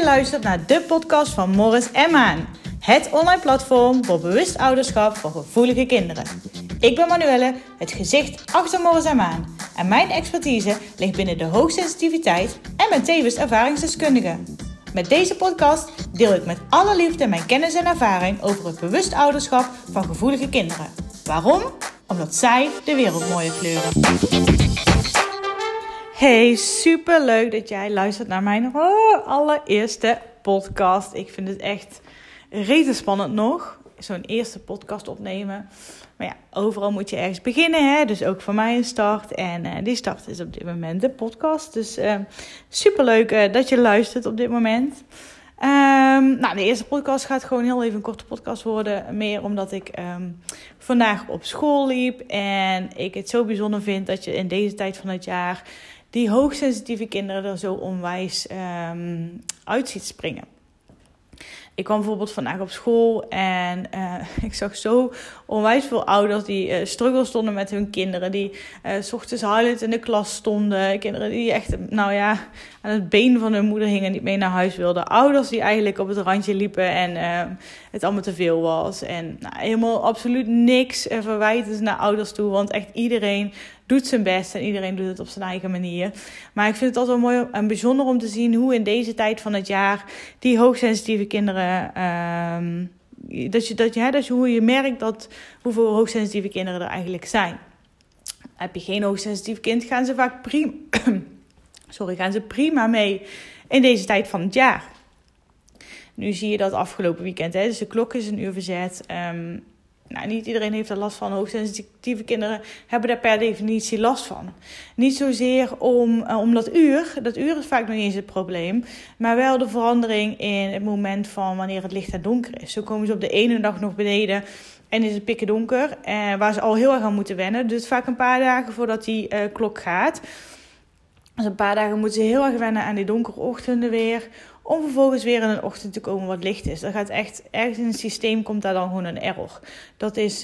luistert naar de podcast van Morris en Maan. Het online platform voor bewust ouderschap voor gevoelige kinderen. Ik ben Manuelle, het gezicht achter Morris en Maan. En mijn expertise ligt binnen de hoogsensitiviteit en ben tevens ervaringsdeskundige. Met deze podcast deel ik met alle liefde mijn kennis en ervaring over het bewust ouderschap van gevoelige kinderen. Waarom? Omdat zij de wereld mooier kleuren. Hey, super leuk dat jij luistert naar mijn allereerste podcast. Ik vind het echt rete spannend nog, zo'n eerste podcast opnemen. Maar ja, overal moet je ergens beginnen, hè? Dus ook voor mij een start. En die start is op dit moment de podcast. Dus super leuk dat je luistert op dit moment. De eerste podcast gaat gewoon heel even een korte podcast worden. Meer omdat ik vandaag op school liep. En ik het zo bijzonder vind dat je in deze tijd van het jaar die hoogsensitieve kinderen er zo onwijs uit ziet springen. Ik kwam bijvoorbeeld vandaag op school en ik zag zo onwijs veel ouders die struggle stonden met hun kinderen. Die 's ochtends huilend in de klas stonden. Kinderen die echt aan het been van hun moeder hingen en niet mee naar huis wilden. Ouders die eigenlijk op het randje liepen en het allemaal te veel was. En helemaal absoluut niks verwijten naar ouders toe, want echt iedereen doet zijn best en iedereen doet het op zijn eigen manier. Maar ik vind het altijd wel mooi en bijzonder om te zien hoe in deze tijd van het jaar die hoogsensitieve kinderen, hoe je merkt hoeveel hoogsensitieve kinderen er eigenlijk zijn. Heb je geen hoogsensitief kind, gaan ze vaak prima mee in deze tijd van het jaar. Nu zie je dat afgelopen weekend, dus de klok is 1 uur verzet. Niet iedereen heeft er last van. Hoogsensitieve kinderen hebben daar per definitie last van. Niet zozeer om dat uur. Dat uur is vaak nog niet eens het probleem. Maar wel de verandering in het moment van wanneer het licht en donker is. Zo komen ze op de ene dag nog beneden en is het pikken donker. Waar ze al heel erg aan moeten wennen. Dus vaak een paar dagen voordat die klok gaat. Dus een paar dagen moeten ze heel erg wennen aan die donkere ochtenden weer. Om vervolgens weer in een ochtend te komen wat licht is. Dat gaat echt, ergens in het systeem komt daar dan gewoon een error. Dat is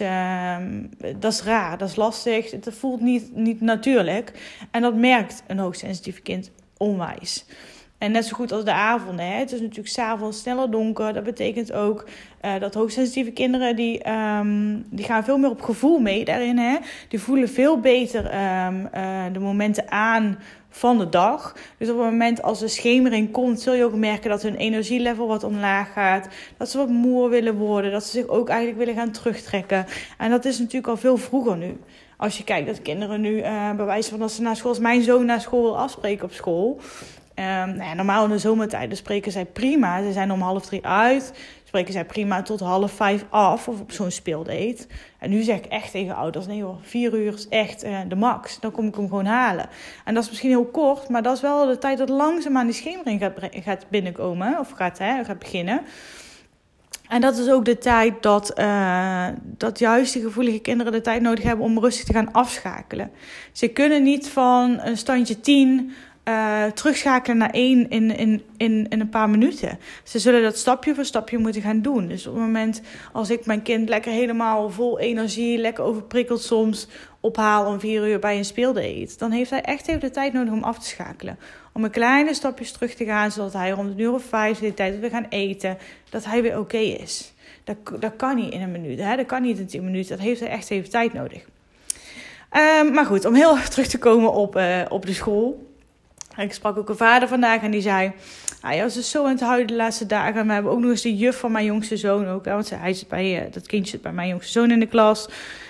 raar, dat is lastig. Het voelt niet natuurlijk. En dat merkt een hoogsensitief kind onwijs. En net zo goed als de avonden. Het is natuurlijk 's avonds sneller donker. Dat betekent ook dat hoogsensitieve kinderen die gaan veel meer op gevoel mee daarin. Die voelen veel beter de momenten aan van de dag. Dus op het moment als de schemering komt, zul je ook merken dat hun energielevel wat omlaag gaat. Dat ze wat moer willen worden. Dat ze zich ook eigenlijk willen gaan terugtrekken. En dat is natuurlijk al veel vroeger nu. Als je kijkt dat kinderen nu bij wijze van als ze naar school, als mijn zoon naar school wil afspreken op school. Normaal in de zomertijden spreken zij prima. Ze zijn om 2:30 uit. Spreken zij prima tot 4:30 af of op zo'n speeldate. En nu zeg ik echt tegen ouders, nee hoor, 4 uur is echt de max. Dan kom ik hem gewoon halen. En dat is misschien heel kort, maar dat is wel de tijd dat langzaamaan die schemering gaat binnenkomen. Of gaat beginnen. En dat is ook de tijd dat juist die gevoelige kinderen de tijd nodig hebben om rustig te gaan afschakelen. Ze kunnen niet van een standje 10... terugschakelen naar 1 in een paar minuten. Ze zullen dat stapje voor stapje moeten gaan doen. Dus op het moment als ik mijn kind lekker helemaal vol energie, lekker overprikkeld soms ophaal om 4 uur bij een speeldate, dan heeft hij echt even de tijd nodig om af te schakelen. Om een kleine stapjes terug te gaan, zodat hij rond 5:00, de tijd dat we gaan eten, dat hij weer oké is. Dat kan niet in een minuut. Dat kan niet in 10 minuten. Dat heeft hij echt even tijd nodig. Maar goed, om heel erg terug te komen op de school. Ik sprak ook een vader vandaag en die zei, hij was zo aan het huilen de laatste dagen. En we hebben ook nog eens de juf van mijn jongste zoon ook. Want dat kindje zit bij mijn jongste zoon in de klas.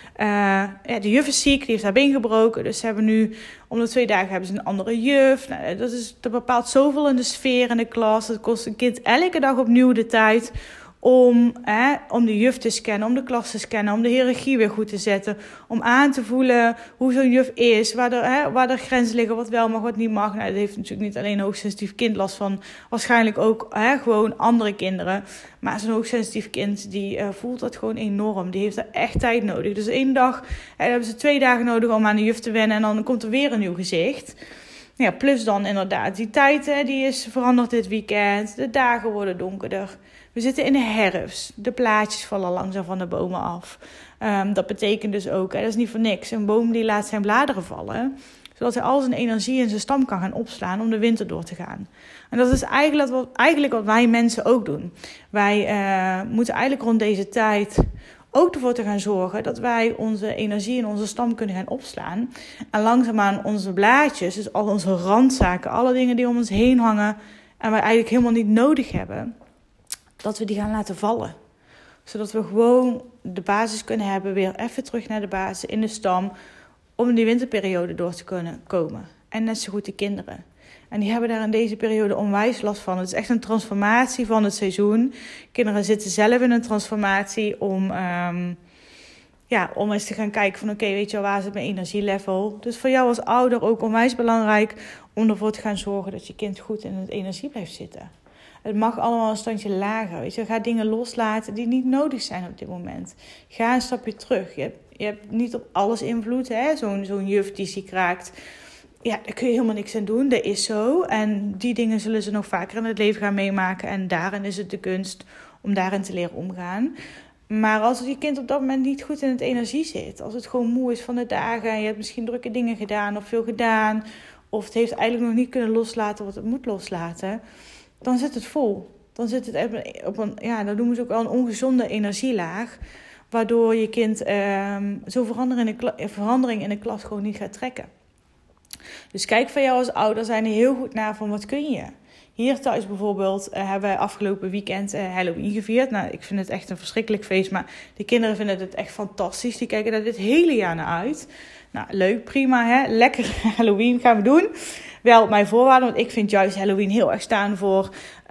De juf is ziek, die heeft haar been gebroken. Dus ze hebben nu, om de 2 dagen hebben ze een andere juf. Dat bepaalt zoveel in de sfeer in de klas. Dat kost een kind elke dag opnieuw de tijd om de juf te scannen, om de klas te scannen, om de hiërarchie weer goed te zetten, om aan te voelen hoe zo'n juf is, waar er grenzen liggen, wat wel mag, wat niet mag. Dat heeft natuurlijk niet alleen een hoogsensitief kind last van, waarschijnlijk ook gewoon andere kinderen. Maar zo'n hoogsensitief kind, die voelt dat gewoon enorm. Die heeft er echt tijd nodig. Dus 1 dag, hebben ze 2 dagen nodig om aan de juf te wennen en dan komt er weer een nieuw gezicht. Ja, plus dan inderdaad die tijd, die is veranderd dit weekend. De dagen worden donkerder. We zitten in de herfst. De blaadjes vallen langzaam van de bomen af. Dat betekent dus ook, dat is niet voor niks. Een boom die laat zijn bladeren vallen. Zodat hij al zijn energie in zijn stam kan gaan opslaan om de winter door te gaan. En dat is eigenlijk wat wij mensen ook doen. Wij moeten eigenlijk rond deze tijd ook ervoor te gaan zorgen dat wij onze energie in onze stam kunnen gaan opslaan. En langzaamaan onze blaadjes, dus al onze randzaken, alle dingen die om ons heen hangen en wij eigenlijk helemaal niet nodig hebben, dat we die gaan laten vallen. Zodat we gewoon de basis kunnen hebben, weer even terug naar de basis in de stam, om die winterperiode door te kunnen komen. En net zo goed de kinderen. En die hebben daar in deze periode onwijs last van. Het is echt een transformatie van het seizoen. Kinderen zitten zelf in een transformatie om eens te gaan kijken van oké, weet je wel, waar zit mijn energielevel? Dus voor jou als ouder ook onwijs belangrijk om ervoor te gaan zorgen dat je kind goed in het energie blijft zitten. Het mag allemaal een standje lager. Weet je, ga dingen loslaten die niet nodig zijn op dit moment. Ga een stapje terug. Je hebt niet op alles invloed. Hè? Zo'n juf die ziek raakt. Ja, daar kun je helemaal niks aan doen. Dat is zo. En die dingen zullen ze nog vaker in het leven gaan meemaken. En daarin is het de kunst om daarin te leren omgaan. Maar als je kind op dat moment niet goed in het energie zit. Als het gewoon moe is van de dagen. En je hebt misschien drukke dingen gedaan of veel gedaan. Of het heeft eigenlijk nog niet kunnen loslaten wat het moet loslaten. Dan zit het vol. Dan zit het op een, dat noemen ze ook wel een ongezonde energielaag. Waardoor je kind zo'n verandering in de klas gewoon niet gaat trekken. Dus kijk van jou als ouder zijn er heel goed naar van wat kun je. Hier thuis bijvoorbeeld hebben we afgelopen weekend Halloween gevierd. Nou, ik vind het echt een verschrikkelijk feest, maar de kinderen vinden het echt fantastisch. Die kijken daar dit hele jaar naar uit. Nou, leuk, prima, hè? Lekker Halloween gaan we doen. Wel mijn voorwaarden, want ik vind juist Halloween heel erg staan voor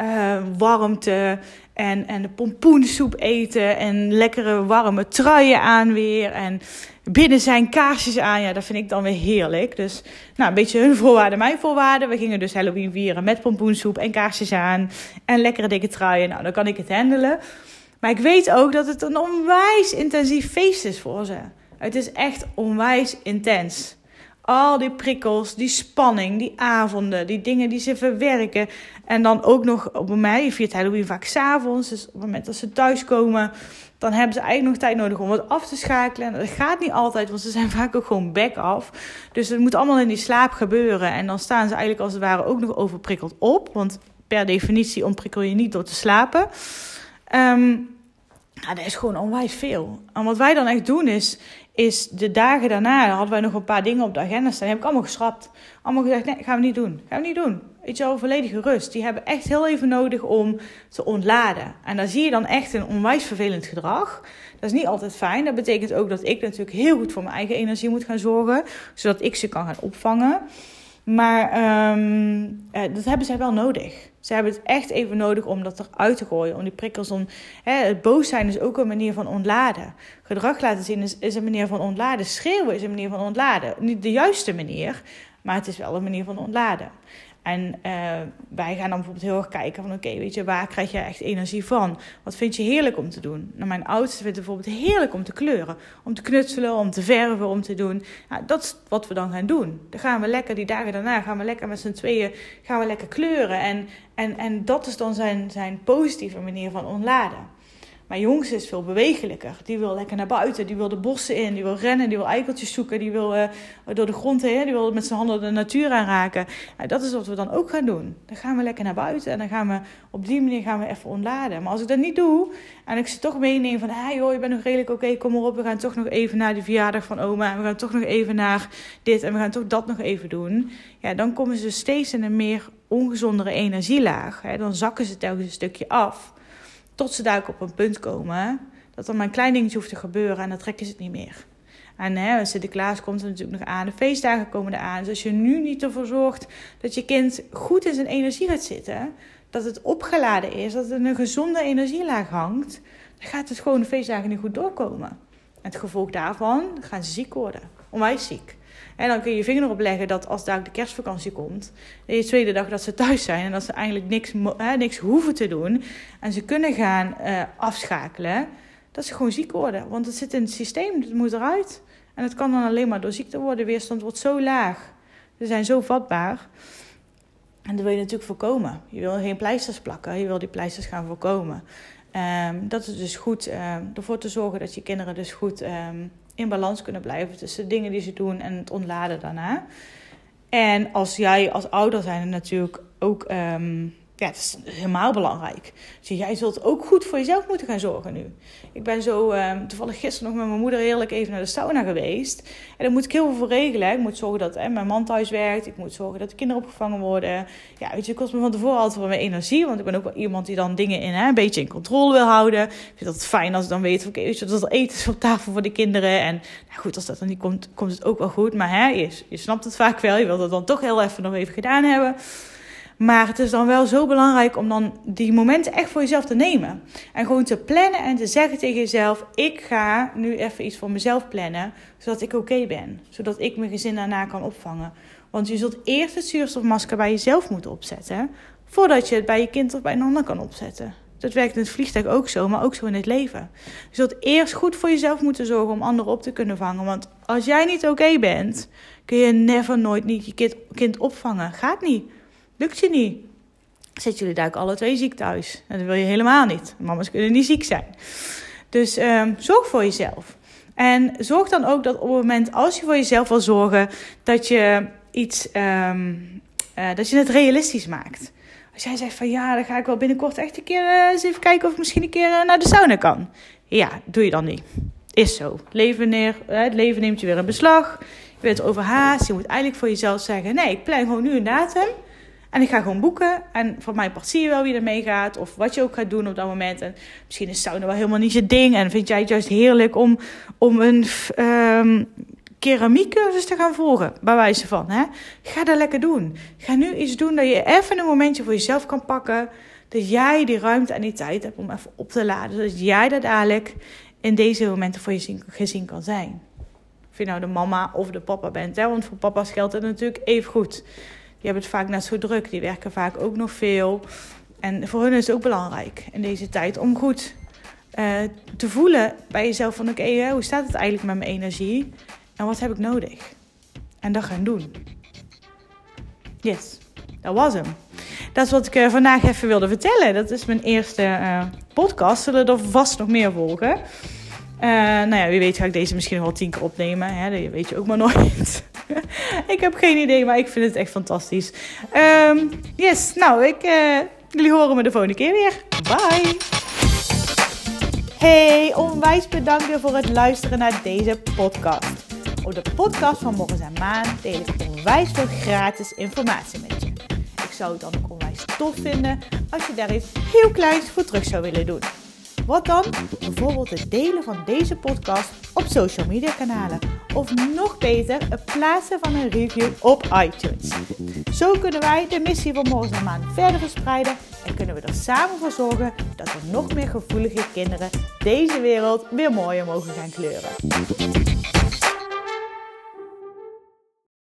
warmte en de pompoensoep eten en lekkere warme truien aan weer en binnen zijn kaarsjes aan. Ja, dat vind ik dan weer heerlijk. Dus nou, een beetje hun voorwaarden, mijn voorwaarden. We gingen dus Halloween vieren met pompoensoep en kaarsjes aan en lekkere dikke truien. Nou, dan kan ik het handelen. Maar ik weet ook dat het een onwijs intensief feest is voor ze. Het is echt onwijs intens. Al die prikkels, die spanning, die avonden, die dingen die ze verwerken. En dan ook nog op mij, je viert Halloween vaak 's avonds. Dus op het moment dat ze thuiskomen, dan hebben ze eigenlijk nog tijd nodig om wat af te schakelen. En dat gaat niet altijd, want ze zijn vaak ook gewoon back af. Dus het moet allemaal in die slaap gebeuren. En dan staan ze eigenlijk als het ware ook nog overprikkeld op. Want per definitie ontprikkel je niet door te slapen. Dat is gewoon onwijs veel. En wat wij dan echt doen is de dagen daarna hadden wij nog een paar dingen op de agenda staan. Die heb ik allemaal geschrapt. Allemaal gezegd, nee, gaan we niet doen. Gaan we niet doen. Weet je wel, volledige rust. Die hebben echt heel even nodig om te ontladen. En dan zie je dan echt een onwijs vervelend gedrag. Dat is niet altijd fijn. Dat betekent ook dat ik natuurlijk heel goed voor mijn eigen energie moet gaan zorgen. Zodat ik ze kan gaan opvangen. Maar dat hebben zij wel nodig. Ze hebben het echt even nodig om dat eruit te gooien. Om die prikkels, het boos zijn is ook een manier van ontladen. Gedrag laten zien is een manier van ontladen. Schreeuwen is een manier van ontladen. Niet de juiste manier, maar het is wel een manier van ontladen. En wij gaan dan bijvoorbeeld heel erg kijken van oké, weet je, waar krijg je echt energie van? Wat vind je heerlijk om te doen? Nou, mijn oudste vindt het bijvoorbeeld heerlijk om te kleuren. Om te knutselen, om te verven, om te doen. Nou, dat is wat we dan gaan doen. Dan gaan we lekker, die dagen daarna gaan we lekker met z'n tweeën gaan we lekker kleuren. En dat is dan zijn positieve manier van ontladen. Mijn jongste is veel bewegelijker. Die wil lekker naar buiten. Die wil de bossen in. Die wil rennen. Die wil eikeltjes zoeken. Die wil door de grond heen. Die wil met zijn handen de natuur aanraken. Nou, dat is wat we dan ook gaan doen. Dan gaan we lekker naar buiten. En dan gaan we op die manier even ontladen. Maar als ik dat niet doe. En ik ze toch meeneem van. Hey joh, je bent nog redelijk oké. Kom maar op. We gaan toch nog even naar de verjaardag van oma. En we gaan toch nog even naar dit. En we gaan toch dat nog even doen. Ja, dan komen ze steeds in een meer ongezondere energielaag. Dan zakken ze telkens een stukje af. Tot ze daar ook op een punt komen dat er maar een klein dingetje hoeft te gebeuren en dan trekken ze het niet meer. En Sinterklaas komt er natuurlijk nog aan, de feestdagen komen eraan. Dus als je nu niet ervoor zorgt dat je kind goed in zijn energie gaat zitten, dat het opgeladen is, dat het in een gezonde energielaag hangt, dan gaat het gewoon de feestdagen niet goed doorkomen. En het gevolg daarvan gaan ze ziek worden, onwijs ziek. En dan kun je je vinger erop leggen dat als daar de kerstvakantie komt, de tweede dag dat ze thuis zijn en dat ze eigenlijk niks hoeven te doen en ze kunnen gaan afschakelen, dat ze gewoon ziek worden. Want het zit in het systeem, het moet eruit. En het kan dan alleen maar door ziekte worden. Weerstand wordt zo laag. Ze zijn zo vatbaar. En dat wil je natuurlijk voorkomen. Je wil geen pleisters plakken, je wil die pleisters gaan voorkomen. Dat is dus goed ervoor te zorgen dat je kinderen dus goed in balans kunnen blijven tussen de dingen die ze doen en het ontladen daarna. En als jij als ouder zijn natuurlijk ook... het is helemaal belangrijk. Dus jij zult ook goed voor jezelf moeten gaan zorgen nu. Ik ben zo toevallig gisteren nog met mijn moeder heerlijk even naar de sauna geweest. En daar moet ik heel veel voor regelen. Ik moet zorgen dat mijn man thuis werkt. Ik moet zorgen dat de kinderen opgevangen worden. Ja, weet je, het kost me van tevoren altijd wel mijn energie. Want ik ben ook wel iemand die dan dingen een beetje in controle wil houden. Ik vind dat fijn als ik dan weet, oké, weet je, dat er eten is op tafel voor de kinderen. En nou goed, als dat dan niet komt, komt het ook wel goed. Maar je snapt het vaak wel. Je wilt het dan toch heel even nog even gedaan hebben. Maar het is dan wel zo belangrijk om dan die momenten echt voor jezelf te nemen. En gewoon te plannen en te zeggen tegen jezelf... ik ga nu even iets voor mezelf plannen, zodat ik oké ben. Zodat ik mijn gezin daarna kan opvangen. Want je zult eerst het zuurstofmasker bij jezelf moeten opzetten... voordat je het bij je kind of bij een ander kan opzetten. Dat werkt in het vliegtuig ook zo, maar ook zo in het leven. Je zult eerst goed voor jezelf moeten zorgen om anderen op te kunnen vangen. Want als jij niet oké bent, kun je nooit niet je kind opvangen. Gaat niet. Lukt je niet. Zitten jullie daar ook alle twee ziek thuis. En dat wil je helemaal niet. Mama's kunnen niet ziek zijn. Dus zorg voor jezelf. En zorg dan ook dat op het moment als je voor jezelf wil zorgen... dat je dat je het realistisch maakt. Als jij zegt van ja, dan ga ik wel binnenkort echt een keer eens even kijken... of ik misschien een keer naar de sauna kan. Ja, doe je dan niet. Is zo. Het leven neemt je weer in beslag. Je bent overhaast. Je moet eigenlijk voor jezelf zeggen... nee, ik plan gewoon nu een datum... En ik ga gewoon boeken. En van mij part zie je wel wie er mee gaat. Of wat je ook gaat doen op dat moment. En misschien is sauna wel helemaal niet je ding. En vind jij het juist heerlijk om een keramiekcursus te gaan volgen. Bij wijze van. Hè? Ga dat lekker doen. Ga nu iets doen dat je even een momentje voor jezelf kan pakken. Dat jij die ruimte en die tijd hebt om even op te laden. Zodat jij dat dadelijk in deze momenten voor je gezin kan zijn. Of je nou de mama of de papa bent. Hè? Want voor papa's geldt het natuurlijk even goed. Die hebben het vaak net zo druk. Die werken vaak ook nog veel. En voor hun is het ook belangrijk in deze tijd om goed te voelen bij jezelf van oké, hoe staat het eigenlijk met mijn energie? En wat heb ik nodig? En dat gaan doen. Yes, dat was hem. Dat is wat ik vandaag even wilde vertellen. Dat is mijn eerste podcast. Zullen er vast nog meer volgen. Wie weet ga ik deze misschien nog wel 10 keer opnemen. Hè? Dat weet je ook maar nooit. Ik heb geen idee, maar ik vind het echt fantastisch. Jullie horen me de volgende keer weer. Bye! Hey, onwijs bedankt weer voor het luisteren naar deze podcast. Op de podcast van Morgens en Maan deel ik onwijs veel gratis informatie met je. Ik zou het dan ook onwijs tof vinden als je daar iets heel kleins voor terug zou willen doen. Wat dan? Bijvoorbeeld het delen van deze podcast op social media kanalen. Of nog beter, het plaatsen van een review op iTunes. Zo kunnen wij de missie van Morgens en Maan verder verspreiden. En kunnen we er samen voor zorgen dat er nog meer gevoelige kinderen deze wereld weer mooier mogen gaan kleuren.